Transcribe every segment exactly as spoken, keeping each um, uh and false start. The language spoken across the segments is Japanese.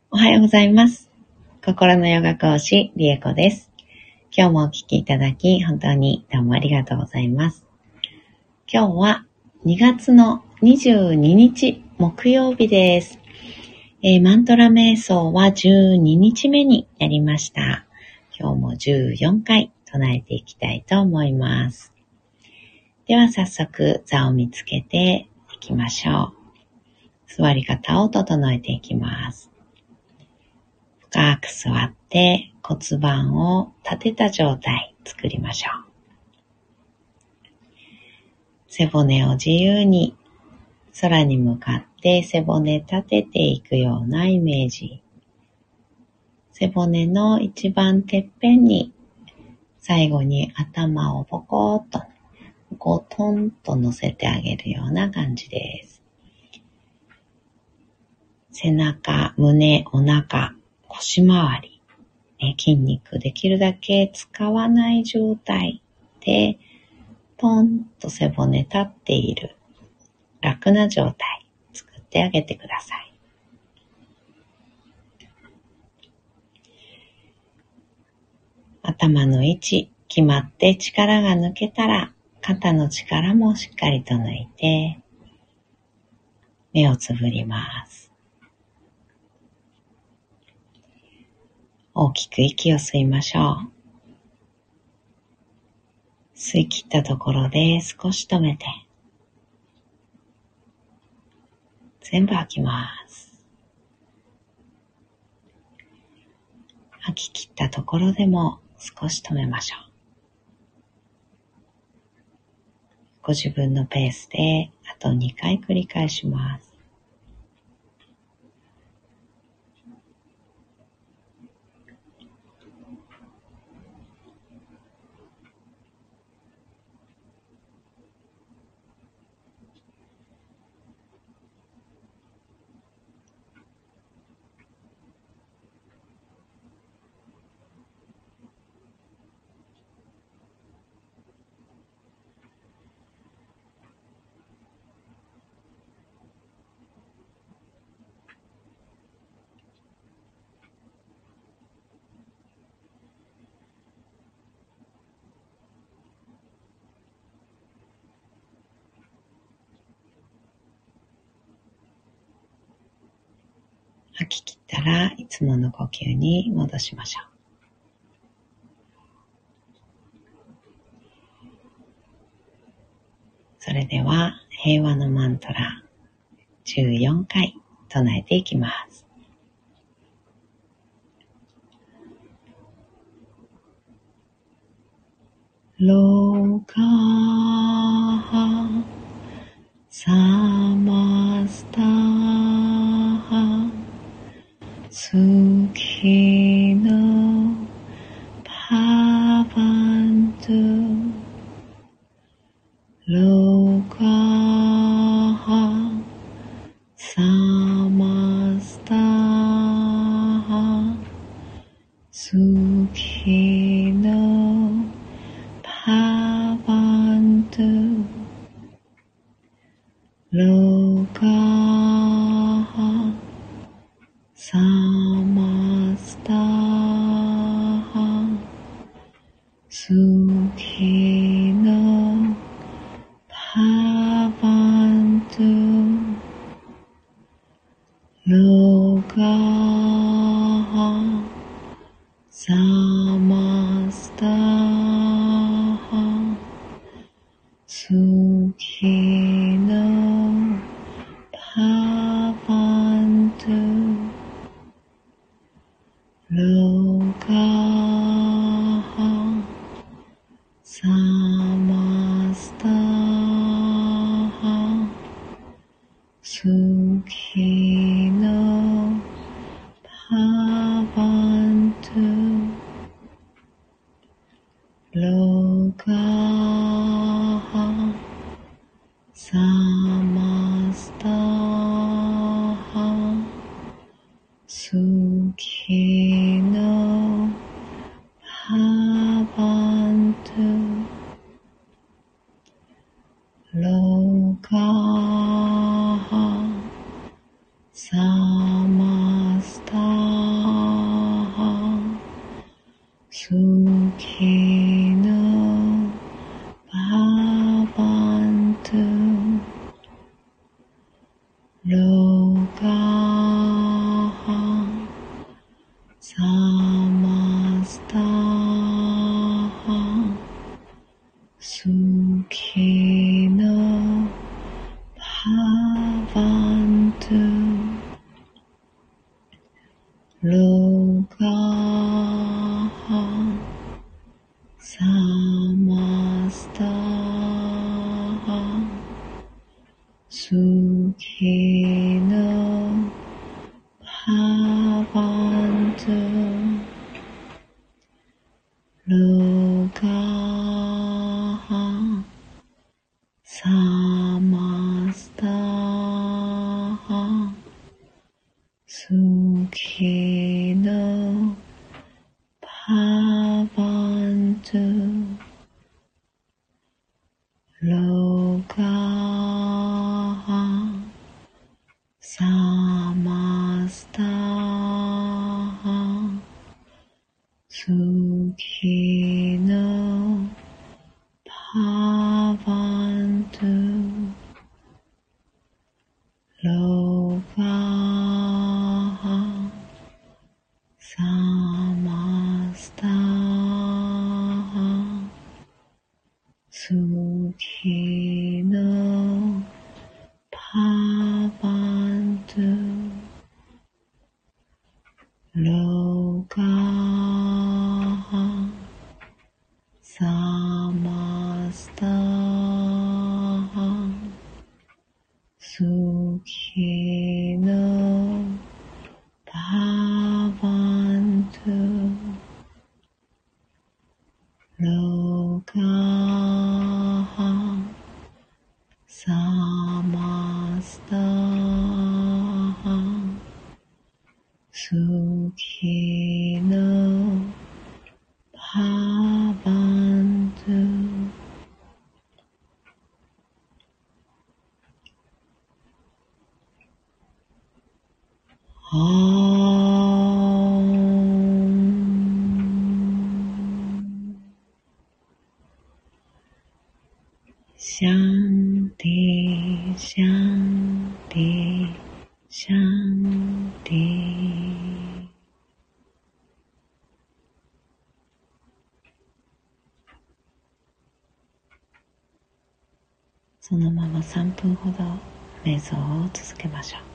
おはようございます。心のヨガ講師、リエコです。今日もお聞きいただき、本当にどうもありがとうございます。今日はにがつのにじゅうににち、木曜日です。えー、マントラ瞑想はじゅうににちめになりました。今日もじゅうよんかい唱えていきたいと思います。では早速、座を見つけていきましょう。座り方を整えていきます。深く座って骨盤を立てた状態作りましょう。背骨を自由に空に向かって背骨立てていくようなイメージ。背骨の一番てっぺんに最後に頭をポコッとゴトンと乗せてあげるような感じです。背中、胸、お腹、腰回り、ね、筋肉できるだけ使わない状態でポンと背骨立っている楽な状態作ってあげてください。頭の位置決まって力が抜けたら肩の力もしっかりと抜いて目をつぶります。大きく息を吸いましょう。吸い切ったところで少し止めて全部吐きます。吐き切ったところでも少し止めましょう。ご自分のペースであとにかい繰り返します。吐き切ったらいつもの呼吸に戻しましょう。それでは平和のマントラじゅうよんかい唱えていきます。ロカハサマスタハスキノパバントロカハサマスタハスキノパバントロカハサマスタハスキノパバントロカハサマスタハスキノパバントロカハサマスタハスキノパバントロカハサマスタハスキノパバントロカハサマスタ Lokaha Samastaha Sukhino Bhavantu Lokaha Samastaha Sukhino Bhavantu Lokaha Samastaha Sukhino Bhavantu Lokaha Samastaha Sukhino Bhavantu Lokaha Samastaha Sukhino Bhavantu Lokaha Samastaha Sukhino Bhavantu. Shanti, Shanti, Shanti. そのままさんぷんほど瞑想を続けましょう。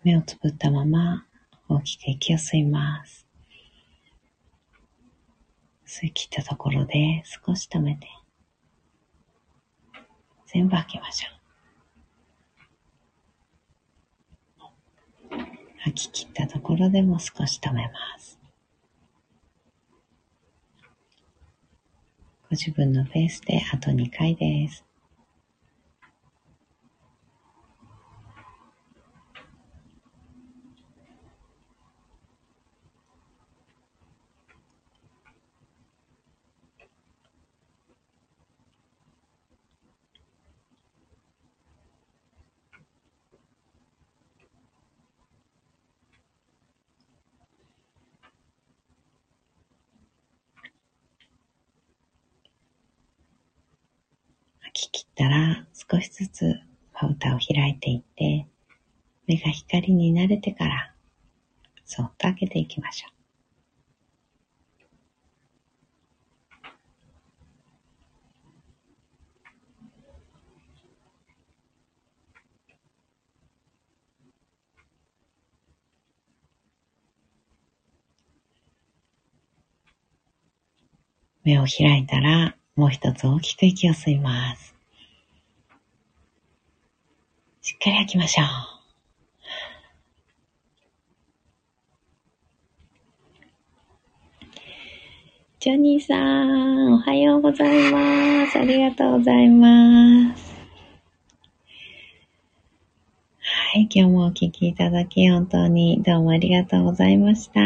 目をつぶったまま大きく息を吸います。吸い切ったところで少し止めて、全部吐きましょう。吐き切ったところでも少し止めます。ご自分のペースであとにかいです。吐き切ったら少しずつまぶたを開いていって、目が光に慣れてからそっと開けていきましょう。目を開いたらもう一つ大きく息を吸います。しっかり吐きましょう。ジョニーさん、おはようございます。ありがとうございます。はい、今日もお聞きいただき本当にどうもありがとうございました。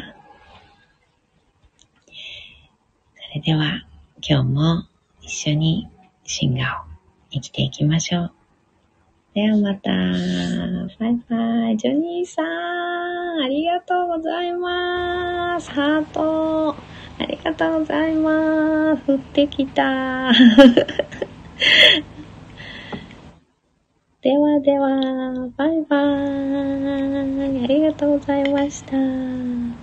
それでは今日も一緒にシンガを生きていきましょう。ではまた。バイバイ。ジョニーさん、ありがとうございます。ハート。ありがとうございます。降ってきた。ではでは、バイバイ。ありがとうございました。